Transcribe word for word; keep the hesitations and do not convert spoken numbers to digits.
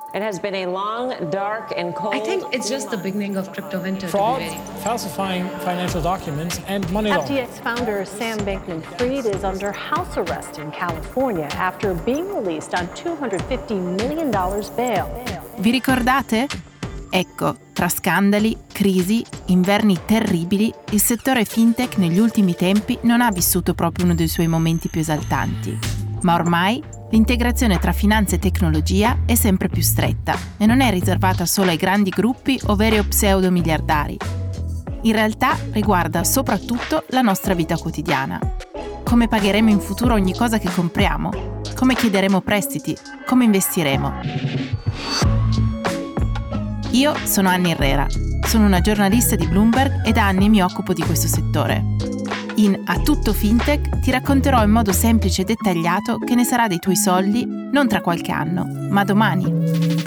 It has been a long, dark and cold. I think it's just the beginning of crypto winter. Fraud, falsifying financial documents, and money F T laundering. X founder Sam Bankman-Fried is under house arrest in California after being released on two hundred fifty million dollars bail. Vi ricordate? Ecco, tra scandali, crisi, inverni terribili, il settore fintech negli ultimi tempi non ha vissuto proprio uno dei suoi momenti più esaltanti. Ma ormai l'integrazione tra finanza e tecnologia è sempre più stretta e non è riservata solo ai grandi gruppi o veri o pseudo miliardari. In realtà riguarda soprattutto la nostra vita quotidiana. Come pagheremo in futuro ogni cosa che compriamo? Come chiederemo prestiti? Come investiremo? Io sono Anna Herrera, sono una giornalista di Bloomberg e da anni mi occupo di questo settore. In A Tutto Fintech ti racconterò in modo semplice e dettagliato che ne sarà dei tuoi soldi non tra qualche anno, ma domani.